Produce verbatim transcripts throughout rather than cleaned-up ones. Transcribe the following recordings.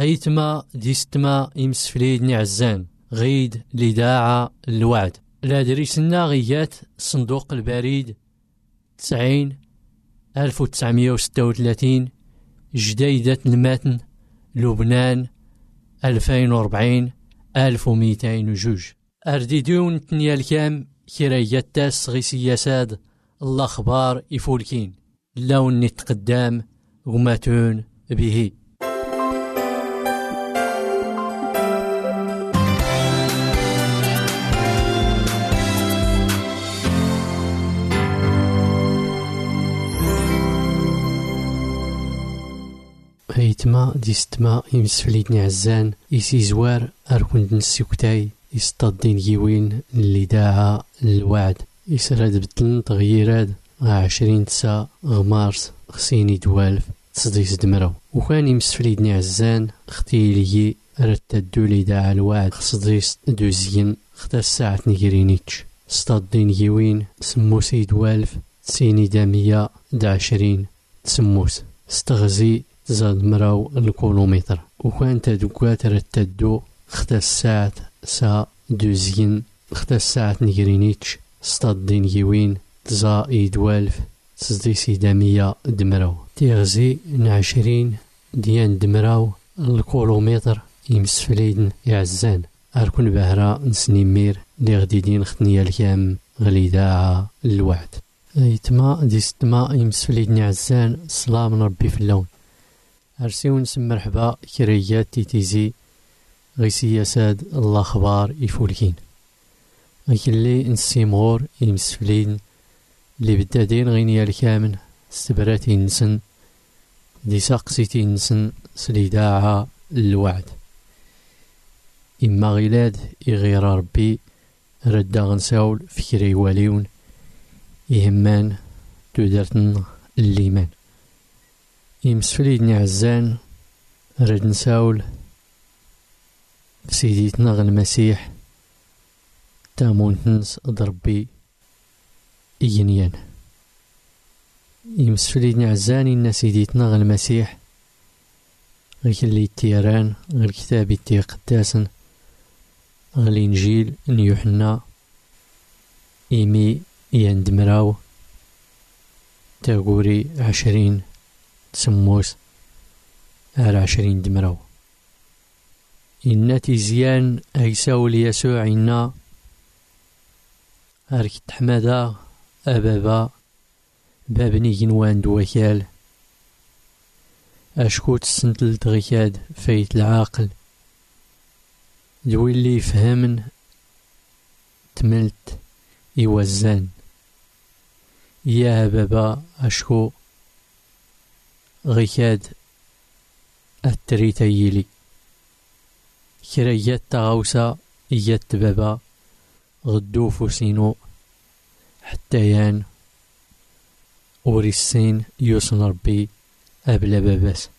غيتما ديستما يمسفليد نعزان غيد لداعة الوعد. لا دريسنا غيات صندوق البريد تسعين ألف وتسعمية وستة وثلاثين جديدة المتن لبنان ألفين وربعين ألف ومئتين وجوج. أرديدون تنيا الكام كرايات تاس غي سياساد الأخبار يفولكين لون نتقدام وماتون به. هيتما ديستما يمسفليتني عزان يسي زوار أركون نسيكتاي يستضين جيوين اللي داعا الوعد يسرد بدلن تغييرات عشرين تسا غمارس خسيني دوالف تصديس دمرو. وكان يمسفليتني عزان اختي لي رتدو لي داعا الوعد خصديس دوزين ختا الساعة نيجرينيتش استضين جيوين سموس دوالف سيني دامية دا عشرين تسموس استغزي زاد مراو الكيلومتر. وكان تدوكات رتدو ختا الساعة سا دوزين ختا الساعة نيجرينيتش ستادين جيوين تزا يدوالف تزدي سيدامية دمراو تيغزي نعشرين ديان دمراو الكيلومتر يمسفليدن يعزان أركون بهرا نسنيمير لي غديدين ختنيا الكام غليداعة الوعد. يتما ديستما يمسفليدن يعزان صلاة من ربي في اللون. أرسيون سم مرحبا كريات تيتيزي غي سياساد الأخبار يفولكين غيكلي نسيمغور يمسفلين اللي بدادين غينيا الكامن استبراتي نسن دي ساقسيتي نسن سليداعة الوعد. إما غيلاد يغير ربي ردا غنساول فكري واليون يهمان تودرتن الليمان. يمسفليدني عزان رد نساول سيديتنا غ المسيح تامونتنس ضربي إينيان. يمسفليدني عزان إن سيديتنا غ المسيح غيك اللي تيران غير كتابي تي قداسن غ الإنجيل نيوحنا إيمي يندمراو تاغوري عشرين تسموس على عشرين دمراو. إن تيزيان أيساو ليسوع إنا أركت حمادا أبابا بابني جنوان دوكال أشكوت السنتل تغيكاد فايت العاقل دوي اللي يفهمن تملت يوزان يا بابا أشكو غيكاد التريتايلي كريات تغوسا إيات بابا غدو فوسينو حتى يان أوريسين يوسن ربي أبلا باباس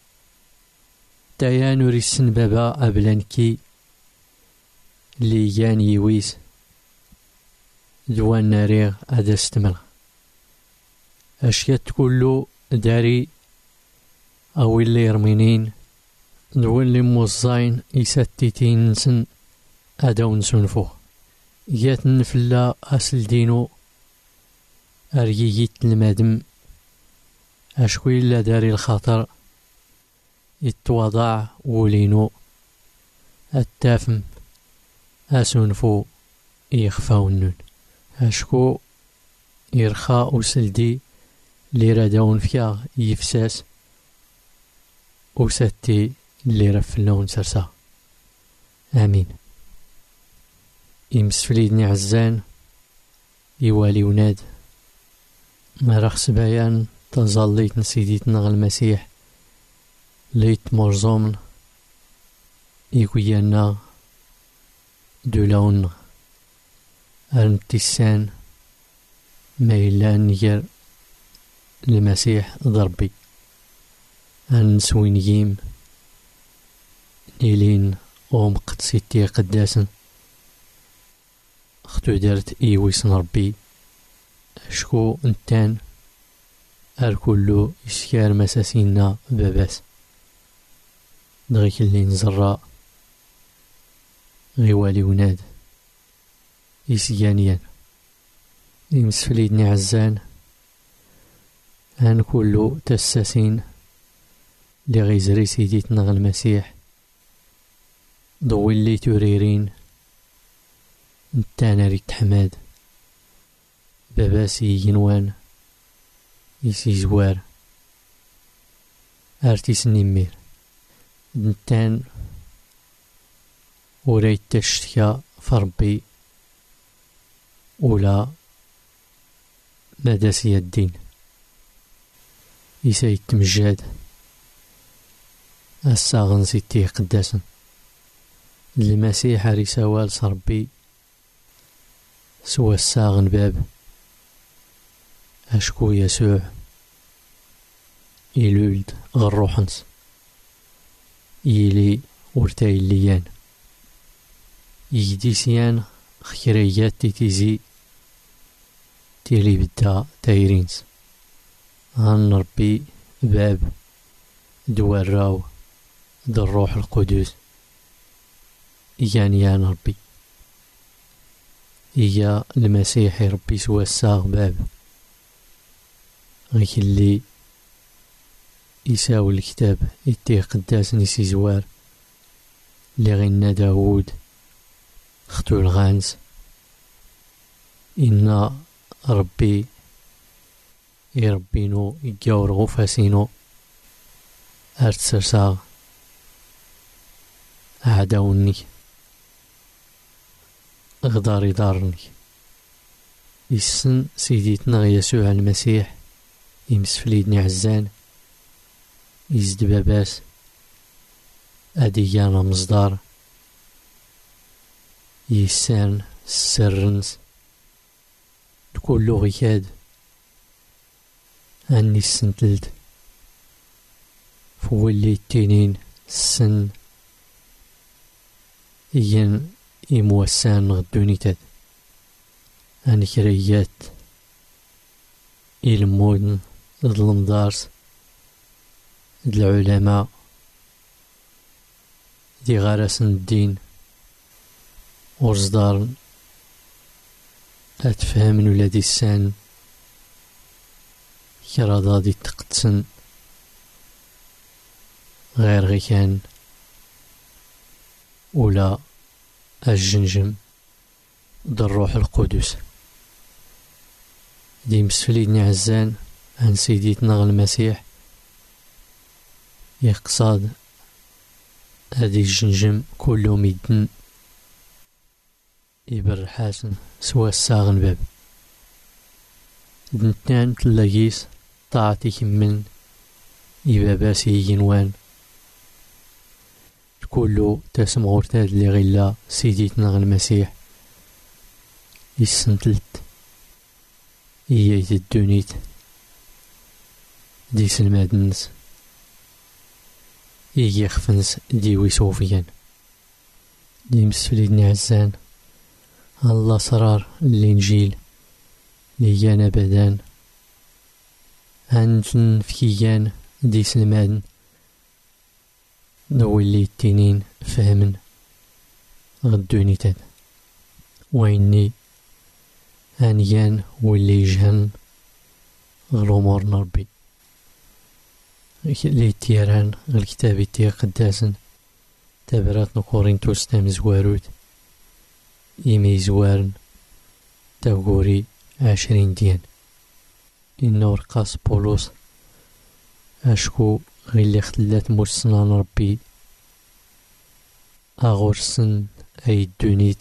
تايان أوريسن بابا أبلانكي اللي يان يويس دوان ناريغ أدستمر أشيات كلو داري أو اللي يرمينين دو اللي موزاين يساتيتين نسن أداو نسنفو جات نفلا أسل دينو أريجيت المادم أشكوي إلا داري الخطر يتوضع ولينو التافم أسنفو يخفاو النون أشكو يرخا وسلدي اللي راداون فيها يفساس وساتي اللي رفلون سرسا آمين. يمسفليدني عزان يوالي وناد ما رخص بيان تظليت نسيديتنا غ المسيح ليت مرزومن يكويانا دولون أرمتسان ميلان نير المسيح ضربي أنسوينييم نيلين أوم قدسيتي قداسن اختو دارت إيويسن ربي شكو انتان أركلو إسكار مساسينا باباس دغيك اللي نزرع غيوالي وناد يسيانيان يمسفليدني عزان هان كلو تساسين لي غيزري سيديتنا غ المسيح ضوي اللي توريرين نتانا ريت حماد باباسي ينوان يسي زوار ارتيس نيمير نتان وريت تشتكى فربي ولا مداسي الدين يسايد تمجاد الساغن سيتي قداسا المسيح رسوال صربي سوى الساغن باب أشكو يسوع يلولد غروحنس يلي ورتاي الليان يجديسيان خيريات تيتيزي تيلي بدا تايرينس هان ربي باب دوراو د الروح القدس يعني يا ربي إيا المسيح ربي سوى الساغ باب غيك اللي يساوي الكتاب يتيه قداس نسي زوار اللي غينا داود ختو الغانز إن ربي يربينو يجاور غفاسينو أرتسرساغ عداوني غداري دارني يسن سيديتنا يسوع المسيح يمسفليدني عزان يزد باباس أديانا مصدار يسان السرنس كلو غيكاد أني السنتلد فولي التنين السن ين إموسان غدوني تاد أني كريات إلمون ظلم دارس العلماء دي غارسن الدين ورزدار أتفهمن ولادي السان كرادا دي تقدسن غير غيكان ولا الجنجم د الروح القدس دي مسفليدني عزان عن سيديتنا المسيح يقصاد هذه الجنجم كلهم يدن يبر حاسن سوى الساغن باب دنتان تلاقيس طاعتي كمن يباباسي ينوان كلو تسمع ورتاد اللي غيلا سيديتنا المسيح يسنتلت إيايت الدونيت ديس المادنس إيا خفنس ديوي صوفيان دي مسفليدني عزان الله صرار الإنجيل ليانا بدان هانتن فكيان ديس المادن نولي التنين فهمن غدوني تاد ويني هانيان واللي يجهن غلومور نربي لي تيران الكتاب تي قداسن تبرات نكورينتوس تام زواروت يمي زوارن تاغوري عشرين ديان إنو رقاص بولوس أشكو غير اللي اختلات مرسنان ربي أغرسن أي الدونيت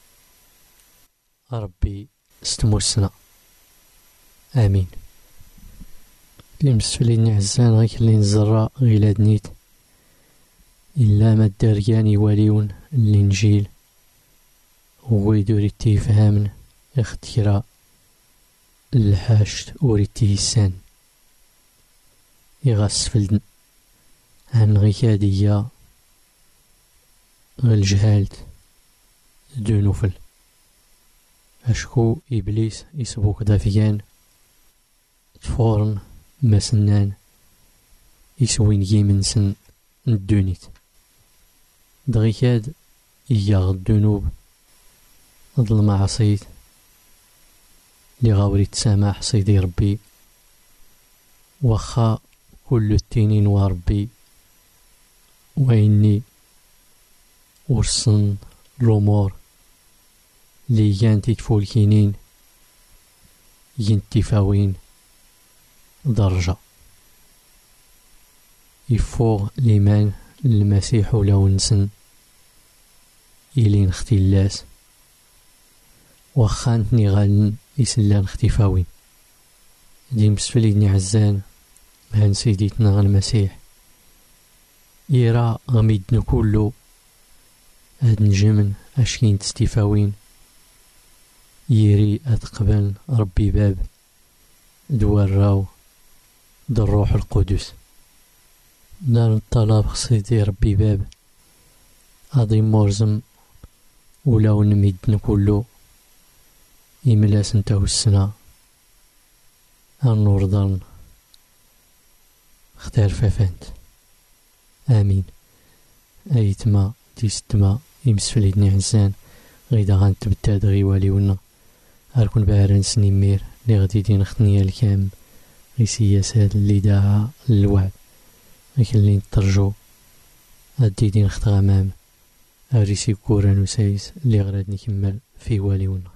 ربي استمرسنا آمين. اللي مسفلين عزان غيك اللي نزرع غيلاد نيت إلا ما الدريان يواليون الإنجيل ويدوري تيفهمن اختيرا الحاشت وريتي السان يغسفلدن عن غيكادية غالجهالت دو نوفل أشكو إبليس يسبوك دافيان تفورن مسنان يسوين يمنسن الدونيت دغيكاد إيا الذنوب ضد المعصية لغاوري تسامح سيدي ربي وخا كل التنين وربي وإني ورسن الأمور لي يانتي تفولكينين ينتفاوين درجة يفوغ ليمان المسيح لو نسن إلين اختلاس وخانتني غالن يسلان اختفاوين دي مسفليني عزان هان سيديتنا المسيح يرى غميدنا كله هاد نجمن أشكين تستفاوين يري أتقبل ربي باب دوار راو در الروح القدس دار الطلب سيدي ربي باب هادي مورزم ولاو نميدنا كله يملاس نتاو السنة النور ضرن اختار فافانت آمين أيتما ديستما يمسفليدني عزان غيدا غانتبتا دغي واليونا هاركون باهران سنيمير لي غادي دين اختنيا الكام غي سياسات اللي داعا للوعد غيخلي نترجو هادي دين اخت غمام هاريسي كوران وسايس اللي غراد نكمل في واليونا.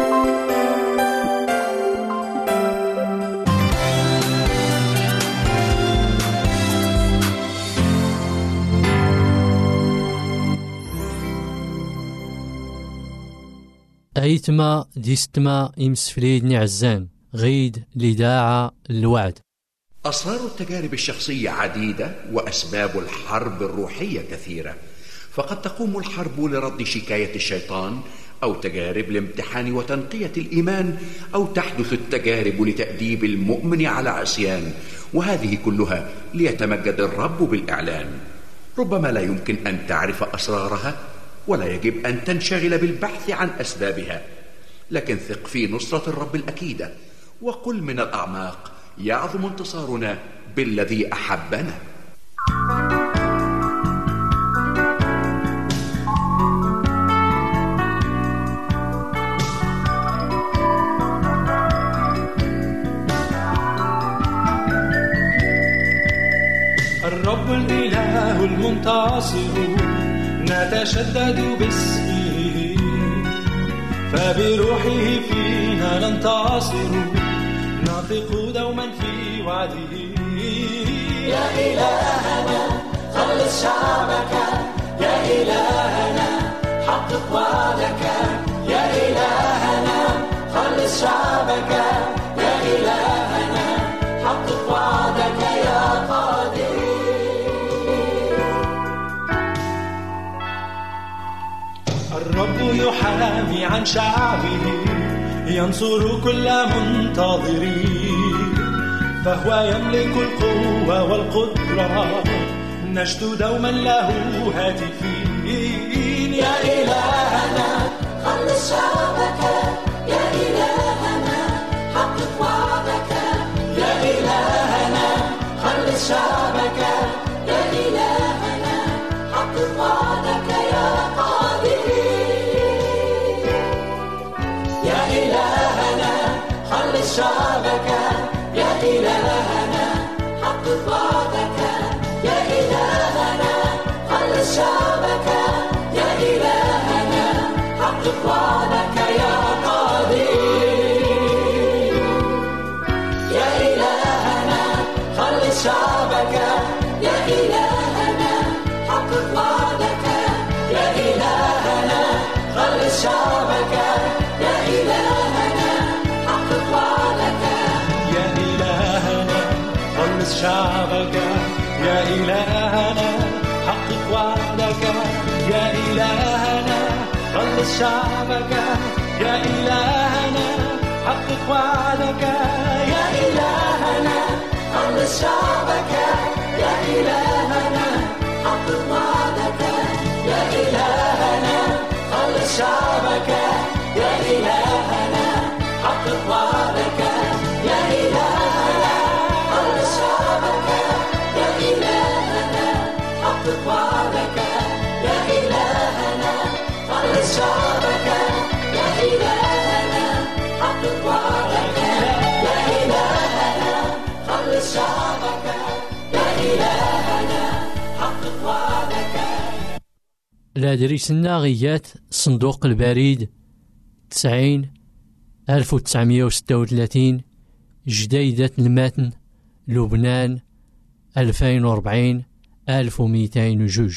أيتما ديستما يمسفليدني عزان غيد لداعة الوعد. أسرار التجارب الشخصية عديدة وأسباب الحرب الروحية كثيرة، فقد تقوم الحرب لرد شكاية الشيطان أو تجارب لامتحان وتنقية الإيمان، أو تحدث التجارب لتأديب المؤمن على عصيان، وهذه كلها ليتمجد الرب بالإعلان. ربما لا يمكن أن تعرف أسرارها ولا يجب أن تنشغل بالبحث عن أسبابها، لكن ثق في نصرة الرب الأكيدة وقل من الأعماق: يعظم انتصارنا بالذي أحبنا. الرب الإله المنتصر نتشدد باسمه، فبروحه فينا ننتصر، نثق دوما في وعده. يا إلهنا خلص شعبك، يا إلهنا حقق وعدك، يا إلهنا خلص شعبك، يا إلهنا حقق وعدك يا قادر. الرب يحامي عن شعبه، ينصر كل منتظرين، فهو يملك القوة والقدرة، نشد دوما له هاتفين. يا إلهنا خلص شعبك، يا إلهنا حقق وعدك، يا إلهنا خلص شعبك، يا إلهنا حقق وعدك يا قادر. يا إلهنا خلص شعبك، يا إلهنا حقق وعدك، يا إلهنا خلص شعبك، يا إلهنا حقق وعدك يا قادر. يا إلهنا خلص شعبك، يا إلهنا حقق وعدك، يا إلهنا خلص شعبك، يا إلهنا حقق وعدك. يا إلهنا خلص شعبك، يا إلهنا حقق وعدك، يا إلهنا خلص شعبك، يا إلهنا حقق وعدك، يا إلهنا خلص شعبك، يا إلهنا حقق وعدك، يا إلهنا خلص شعبك، يا إلهنا حقق وعدك، يا إلهنا خلص شعبك، يا إلهنا حقق وعدك، يا الادريسنا غيات صندوق البريد تسعين ألف وتسعمية وستة وثلاثين جديدة المتن لبنان ألفين وأربعين ألف ومئتين وجوج.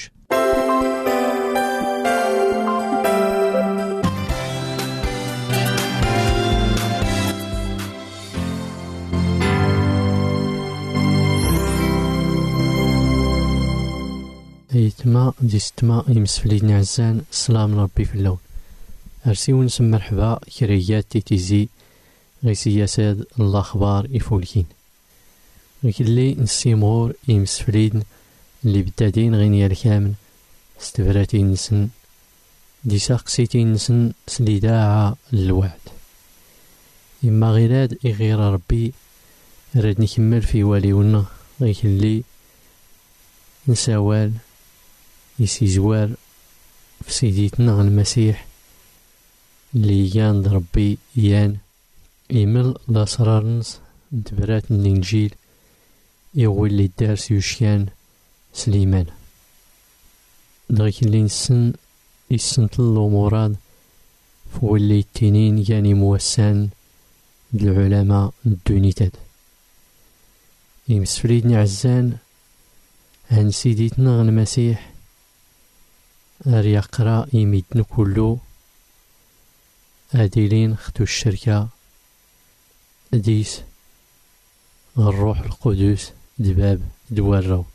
ايتما ديستما يمسفليدنا عزان السلام ربي في اللون ارسي ونسم مرحبا كريات تيتيزي غيسي ساد الله خبار يفولكين اللي نسيمور يمسفليدن اللي بدادين غينيا الكامل استفراتي نسن دي ساقسيتي نسن سليداعة الوعد إما غيراد إغير ربي راد نكمل في واليونا غيك اللي نساوال يسي زوار في سيديتنا المسيح اللي يان ربي يان يمل الأسرارنس نتبرات الإنجيل يولي الدارس يوشيان سليمان دغيك اللي نسن يسنت الأمورات فولي التنين يعني موسان بالعلماء الدونيتات يمسفريدني عزان عن سيديتنا المسيح ار يقرا يميدن كله اديلين ختو الشركة ديس الروح القدس دباب دوارو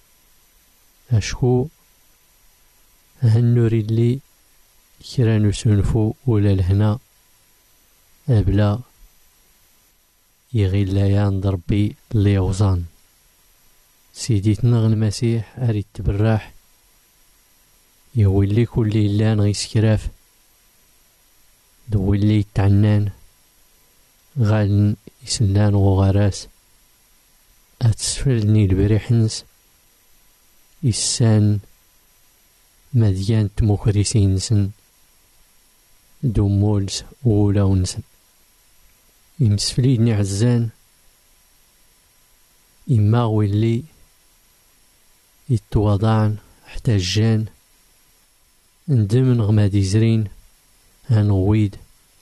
اشكو هنوري اللي كرانو سنفو ولا لهنا ابلا يغيل ليان ضربي اللي غزان سيديتنا المسيح اريد تبراح يولي كل ليلان غيسكراف دولي يتعنان غالن يسلان وغراس اتسفلني البريحنس إسان مديان تموكريسين سن دومولز ولاونسن يمسفليدني عزان إما واللي يتوضعن احتاجان ندمن غمادي زرين هنويد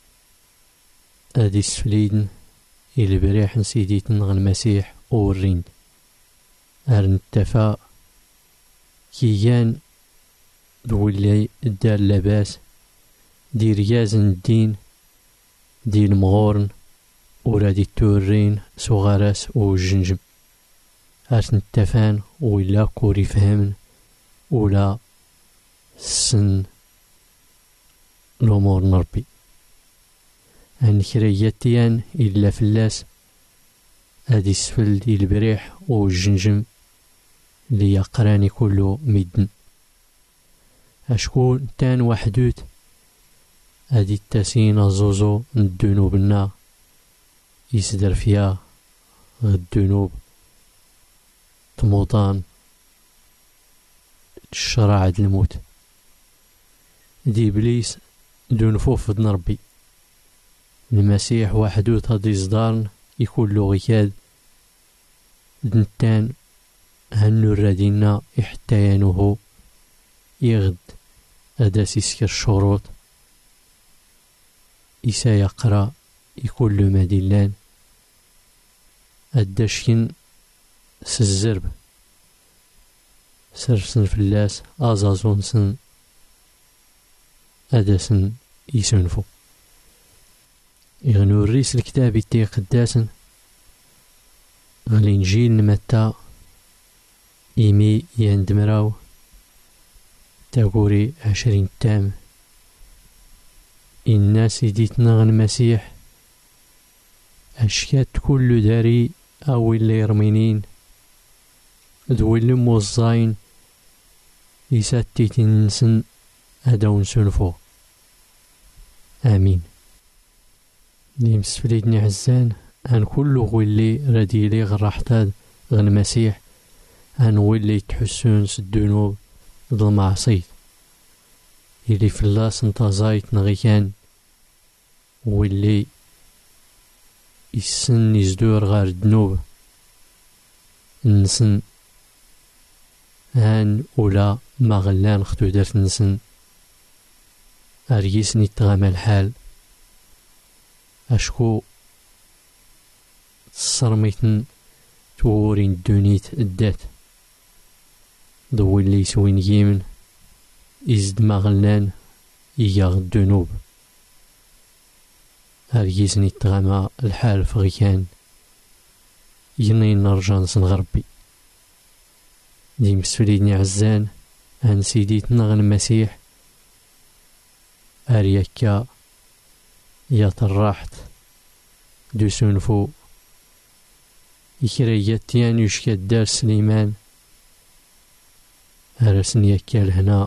ادي سفليدن إلي بريح نسيديتن المسيح أورين أرن التفا كيان دولي الدار لباس دي ريازن الدين دي المغورن ورادي التورين سوغاراس وجنجم أرن التفان ولا كوري فهمن ولا سن الأمور نربي عن كرياتيان إلا فلاس هادي السفل دي البريح والجنجم اللي يقراني كله مدن أشكون تان وحدوت هادي التاسين زوزو الدنوب النا يسدر فيها الدنوب طموطان الشراعة الموت دي إبليس دون فوف دن ربي المسيح وحدوت هادي صدارن يكون له غياد دنتان هنو الردينا احتيانوه يغد أداس يسكر الشروط إسا يقرأ يكون له مدلان أداشكن سزرب سرسن فلاس أزازونسن أداسن يسنفو يغنو الرئيس الكتاب يتي قداسن غالينجيل نمتا إيمي يندمراو تاقوري عشرين تام الناس يديتنا المسيح أشكات كل داري أو اللي يرمينين ذوي موزاين يساتي تنسن أدون سنفو آمين. نيمس فريدني عزان عن كل غولي رديلي غراحتاد غن مسيح عن ولي تحسون الذنوب ضد المعصية اللي في اللاس انتظايت نغيكان واللي يسن يزدور غار الذنوب نسن هان ولا ما غلان خدو درت نسن أريسني تغام الحال أشكو صرميتن تورين دونيت الدات ضو اللي يسوين يمن إزد ما غلان إياغ الدنوب أريسني تغام الحال فغيكان ينين نرجع نسن غربي دي مسفليني عزان عن سيديتنا غن المسيح أريكا يا تراحت دو سنفو يكريتيان يشكى الدار سليمان أرسن يكا لهنا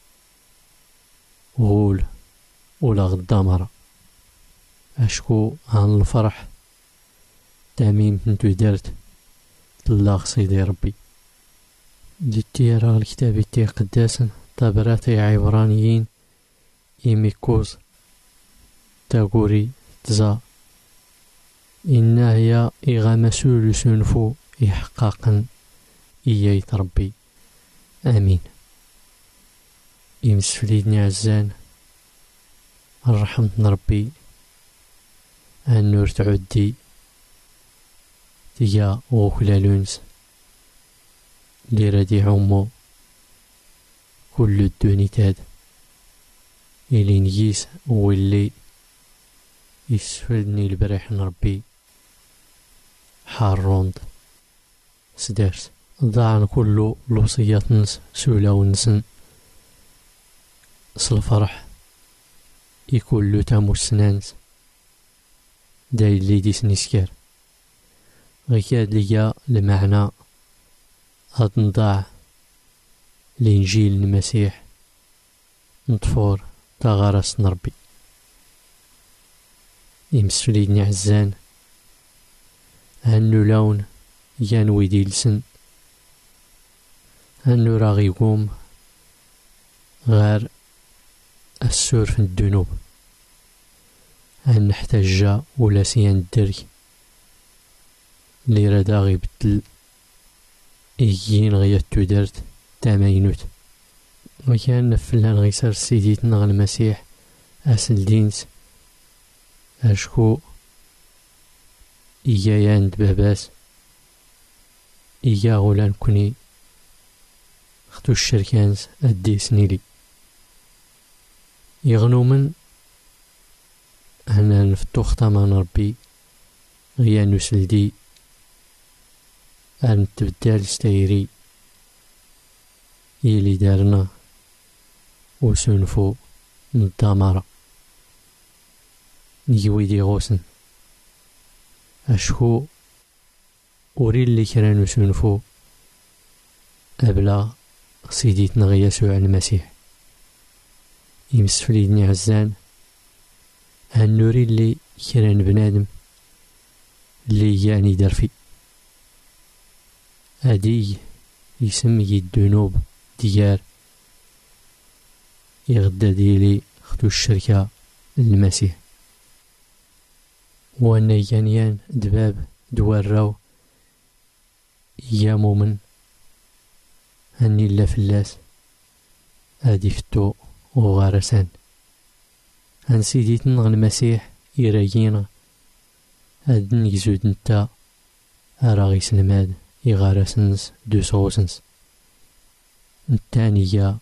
غول ولا غدامرة أشكو عن الفرح تميم نتو درت تلاغ سيدي ربي جدتي راه الكتاب تي قداسا طبراتي عبرانيين إيميكوز تاغوري تزا إنا هي إغامسول سنفو إحقاقا إياي تربي آمين. إمسفليدني عزان الرحمة ربي النور تعدي تيا وكلالونس لي ردي عمو كل الدوني تاد إلي نجيس واللي يسفلني البريح نربي حاروند سدارس ضاعن كله لوصيات نس سولا ونسن سالفرح يكون له تامو سنانس داي اللي ديس نسكر غيكاد ليا لمعنى هاد نضاع الإنجيل المسيح نطفور تغارس نربي يمسفليدني عزان هنو لون يانوي ديلسن هنو راغي يقوم غير السور في الدنوب هن نحتاج ولا سيان الدري لي رداغي بدل إيين غياتو درت تامينوت وكان نفلان غيسار سيديتنا المسيح أسل دينس أشكو إيا ياند باباس إيا غولان كوني خدو الشركانس أدي سنيلي يغنو من أنا نفتو خطامان ربي غيا نسلدي أن تبدال ستيري يلي دارنا وسنفو ندامرة نيوي دي غوسن أشكو أوري اللي كرانو سنفو أبلا سيديتنا غيا يسوع المسيح يمسفليدني عزان هنوري اللي كران بنادم اللي يعني درفي هادي يسمي الذنوب ديار يغدا ديلي خدو الشركة للمسيح وانا يانيان دباب دوار راو يا مومن هني لا فلاس هادي فتو وغارسان هن سيديتنا غ المسيح يرايينا هاد نيزود نتا أراغي سلماد يغارسنس دو صوصنس الثانية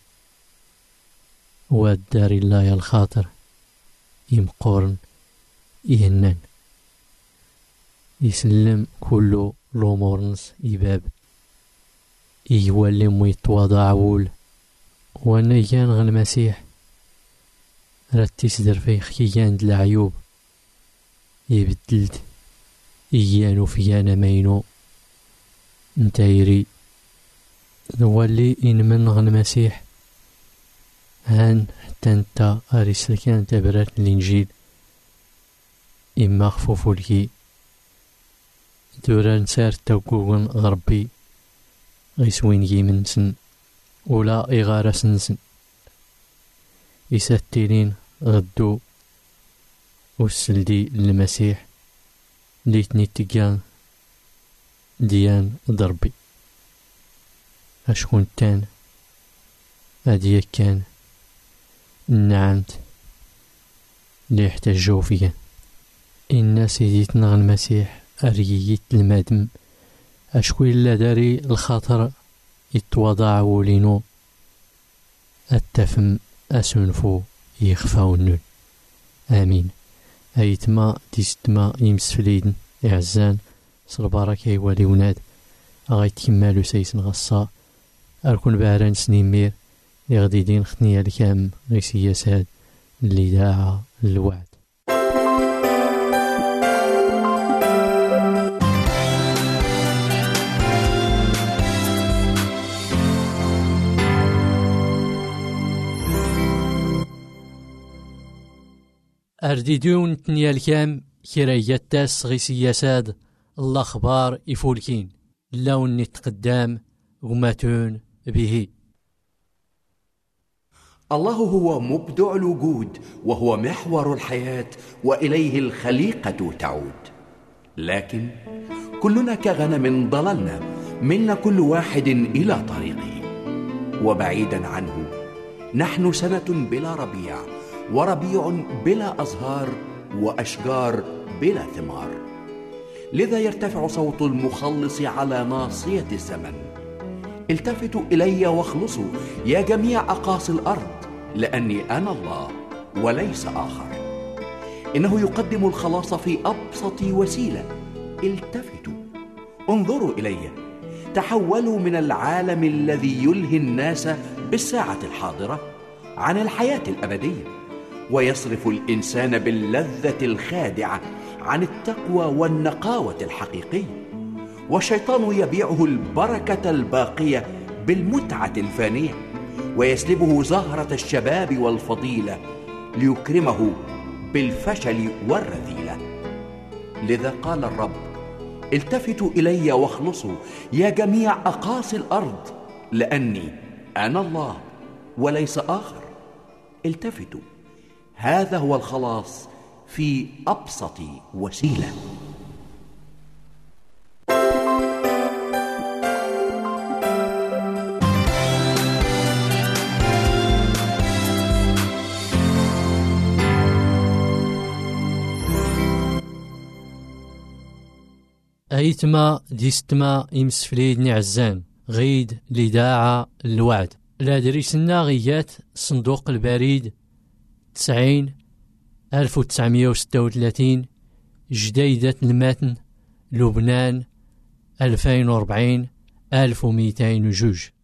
واد داري الله يا الخاطر يمقورن يهنان يسلم كله لومورنس يباب يولم ويتواضع عول وانا يان غ المسيح راتي صدر في خيان د العيوب يبدلت إيانو فيانا ماينو نتايري نولي إنمن غ المسيح هان حتى نتا أريسل كان تبرات الإنجيل إما خفوفو لكي دوران سار تاوكوغن غربي غيسوين جيمنسن ولا إغارسنسن يساتيلين غدو والسلدي للمسيح ليتني تيجان ديان ضربي أشكون تان هادي كان نعمت اللي يحتاجو فيا إن سيدتنا المسيح أرييت المدم أشكو إلا داري الخاطر يتوضع ولينو التفم أسنفو يخفاو النون. آمين. أيتما ديستما يمسفليدن إعزان صلبارك يوالي وناد أغايت كمالو سيسن غصا أركون باران سنيمير يغديدين خطنيا الكام غيسي يساد اللي داعا الوعد. أرديدون تنيا الكام كرايات تاس غيسي يساد الأخبار يفولكين لون نتقدام غماتون به. الله هو مبدع الوجود وهو محور الحياة وإليه الخليقة تعود. لكن كلنا كغنم ضللنا، منا كل واحد إلى طريقه، وبعيدا عنه نحن سنة بلا ربيع، وربيع بلا أزهار، وأشجار بلا ثمار. لذا يرتفع صوت المخلص على ناصية الزمن: التفتوا إلي واخلصوا يا جميع أقاصي الأرض، لأني أنا الله وليس آخر. إنه يقدم الخلاص في أبسط وسيلة. التفتوا، انظروا إلي، تحولوا من العالم الذي يلهي الناس بالساعة الحاضرة عن الحياة الأبدية، ويصرف الإنسان باللذة الخادعة عن التقوى والنقاوة الحقيقية. والشيطان يبيعه البركة الباقية بالمتعة الفانية، ويسلبه زهرة الشباب والفضيلة ليكرمه بالفشل والرذيلة. لذا قال الرب: التفتوا إلي واخلصوا يا جميع أقاصي الأرض، لأني أنا الله وليس آخر. التفتوا، هذا هو الخلاص في أبسط وسيلة. أيتما ديستما يمسفليد نعزان غيد لداعة الوعد. لا دريسنا غيات صندوق البريد تسعين ألف وتسعمية وستة وثلاثين جديدة المتن لبنان ألفين وأربعين ألف ومئتين وجوج.